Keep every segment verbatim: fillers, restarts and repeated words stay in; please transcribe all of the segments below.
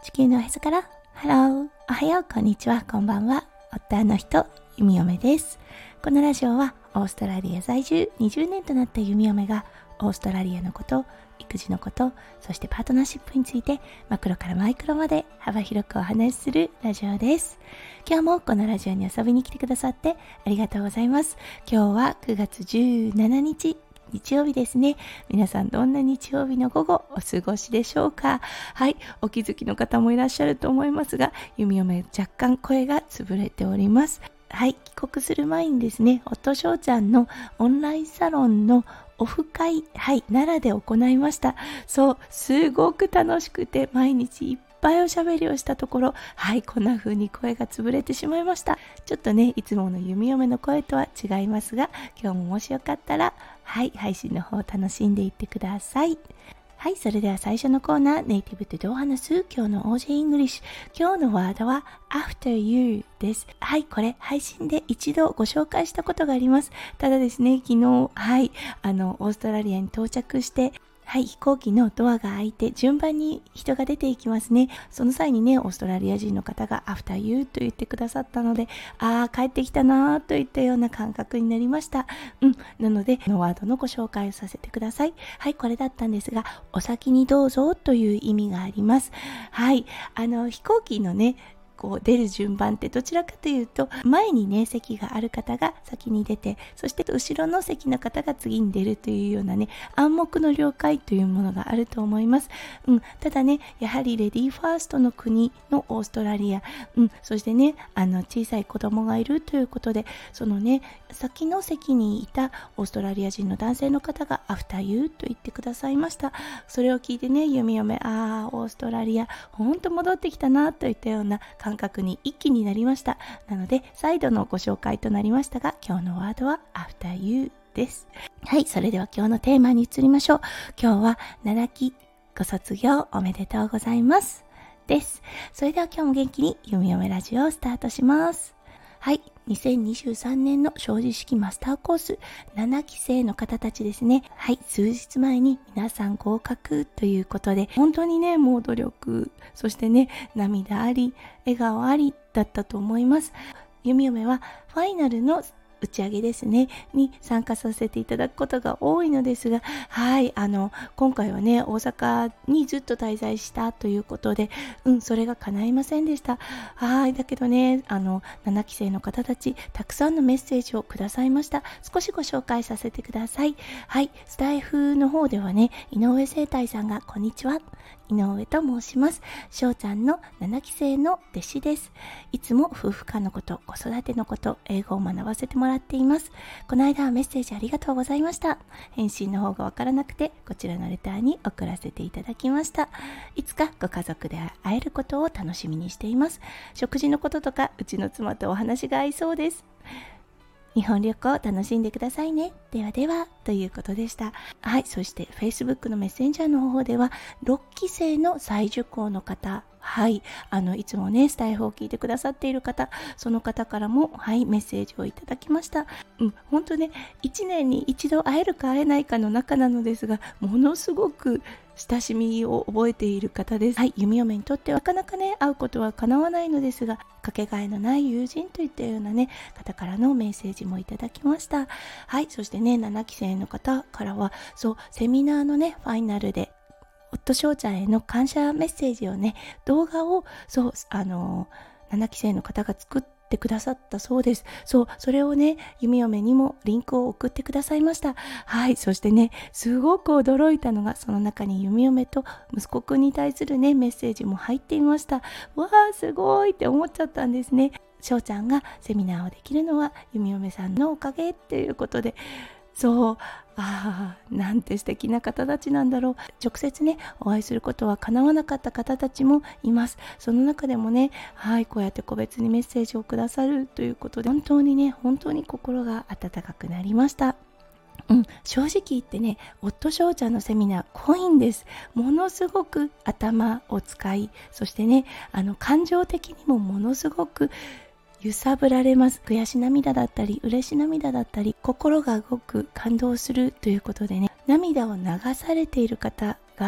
地球のおへそからハロー、おはよう、こんにちは、こんばんは。夫の人、弓嫁です。このラジオはオーストラリア在住にじゅうねんとなった弓嫁がオーストラリアのこと、育児のこと、そしてパートナーシップについてマクロからマイクロまで幅広くお話しするラジオです。今日もこのラジオに遊びに来てくださってありがとうございます。今日はくがつじゅうしちにち日曜日ですね。皆さんどんな日曜日の午後お過ごしでしょうか。はい、お気づきの方もいらっしゃると思いますが、弓嫁若干声が潰れております。はい、帰国する前にですね、夫翔ちゃんのオンラインサロンのオフ会、はい、奈良で行いました。そう、すごく楽しくて毎日いっぱいおしゃべりをしたところ、はい、こんな風に声が潰れてしまいました。ちょっとね、いつもの弓嫁の声とは違いますが、今日ももしよかったら、はい、配信の方楽しんでいってください。はい、それでは最初のコーナー、ネイティブとどう話す今日の オージェー イングリッシュ。今日のワードは after you です。はい、これ配信で一度ご紹介したことがあります。ただですね、昨日、はい、あの、オーストラリアに到着して、はい、飛行機のドアが開いて順番に人が出ていきますね。その際にね、オーストラリア人の方が after you と言ってくださったので、ああ、帰ってきたなーといったような感覚になりました。うん、なので、このワードのご紹介をさせてください。はい、これだったんですが、お先にどうぞという意味があります。はい、あの、飛行機のね、こう出る順番ってどちらかというと、前にね席がある方が先に出て、そして後ろの席の方が次に出るというようなね、暗黙の了解というものがあると思います。うん、ただね、やはりレディーファーストの国のオーストラリア、うん、そしてね、あの小さい子供がいるということで、そのね、先の席にいたオーストラリア人の男性の方が after you と言ってくださいました。それを聞いてね、弓嫁、ああ、オーストラリア、ほんと戻ってきたなといったような感覚に一気になりました。なので再度のご紹介となりましたが、今日のワードは after you です。はい、それでは今日のテーマに移りましょう。今日はななきご卒業おめでとうございますです。それでは今日も元気に弓嫁ラジオをスタートします。はい、にせんにじゅうさんねんの正直式マスターコースななき生の方たちですね。はい、数日前に皆さん合格ということで、本当にね、もう努力、そしてね、涙あり、笑顔ありだったと思います。弓嫁はファイナルの打ち上げですねに参加させていただくことが多いのですが、はい、あの今回はね、大阪にずっと滞在したということで、うんそれが叶いませんでした。はい、だけどね、あのななき生の方たちたくさんのメッセージをくださいました。少しご紹介させてください。はい、スタイフの方ではね、井上生太さんがこんにちは、井上と申します。翔ちゃんのななき生の弟子です。いつも夫婦間のこと、子育てのこと、英語を学ばせてもらっています。この間はメッセージありがとうございました。返信の方がわからなくて、こちらのレターに送らせていただきました。いつかご家族で会えることを楽しみにしています。食事のこととか、うちの妻とお話が合いそうです。日本旅行楽しんでくださいね。ではでは、ということでした。はい、そして Facebook のメッセンジャーの方では、ろっき生の再受講の方、はい、あのいつもねスタイフを聞いてくださっている方、その方からもはいメッセージをいただきました。うん、本当ね、いちねんに一度会えるか会えないかの中なのですが、ものすごく親しみを覚えている方です。はい、弓嫁にとってはなかなかね会うことは叶わないのですが、かけがえのない友人といったようなね方からのメッセージもいただきました。はい、そしてねななき生の方からは、そうセミナーのねファイナルで夫翔ちゃんへの感謝メッセージをね、動画をそうあのななき生の方が作ってくださったそうです。そうそれをね弓嫁にもリンクを送ってくださいました。はい、そしてねすごく驚いたのが、その中に弓嫁と息子くんに対するねメッセージも入っていました。わーすごいって思っちゃったんですね。翔ちゃんがセミナーをできるのは弓嫁さんのおかげっていうことで、そう、ああ、なんて素敵な方たちなんだろう。直接ね、お会いすることは叶わなかった方たちもいます。その中でもね、はい、こうやって個別にメッセージをくださるということで、本当にね、本当に心が温かくなりました。うん、正直言ってね、夫翔ちゃんのセミナー濃いんです。ものすごく頭を使い、そしてね、あの感情的にもものすごく揺さぶられます。悔し涙だったり嬉し涙だったり、心が動く感動するということでね、涙を流されている方が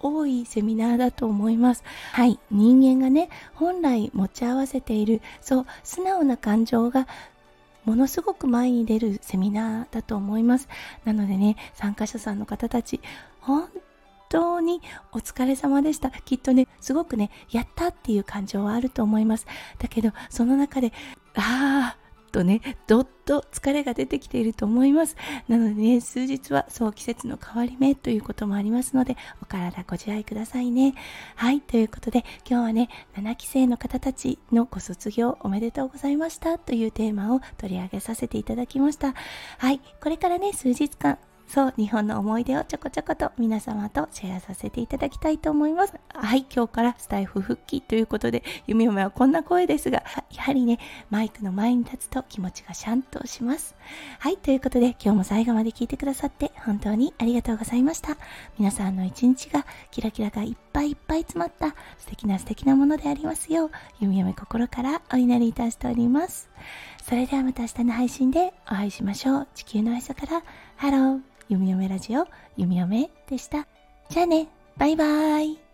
多いセミナーだと思います。はい、人間がね、本来持ち合わせている、そう素直な感情がものすごく前に出るセミナーだと思います。なのでね、参加者さんの方たち、本当にお疲れ様でした。きっとね、すごくね、やったっていう感情はあると思います。だけど、その中で、あーとね、どっと疲れが出てきていると思います。なのでね、数日はそう季節の変わり目ということもありますので、お体ご自愛くださいね。はい、ということで今日はね、ななき生の方たちのご卒業おめでとうございましたというテーマを取り上げさせていただきました。はい、これからね、数日間そう日本の思い出をちょこちょこと皆様とシェアさせていただきたいと思います。はい、今日からスタイフ復帰ということで、弓嫁はこんな声ですが、やはりね、マイクの前に立つと気持ちがシャンとします。はい、ということで今日も最後まで聞いてくださって本当にありがとうございました。皆さんの一日がキラキラがいっぱいいっぱい詰まった素敵な素敵なものでありますよう、弓嫁心からお祈りいたしております。それではまた明日の配信でお会いしましょう。地球の愛さからハロー、弓嫁ラジオ、弓嫁でした。じゃあね、バイバーイ。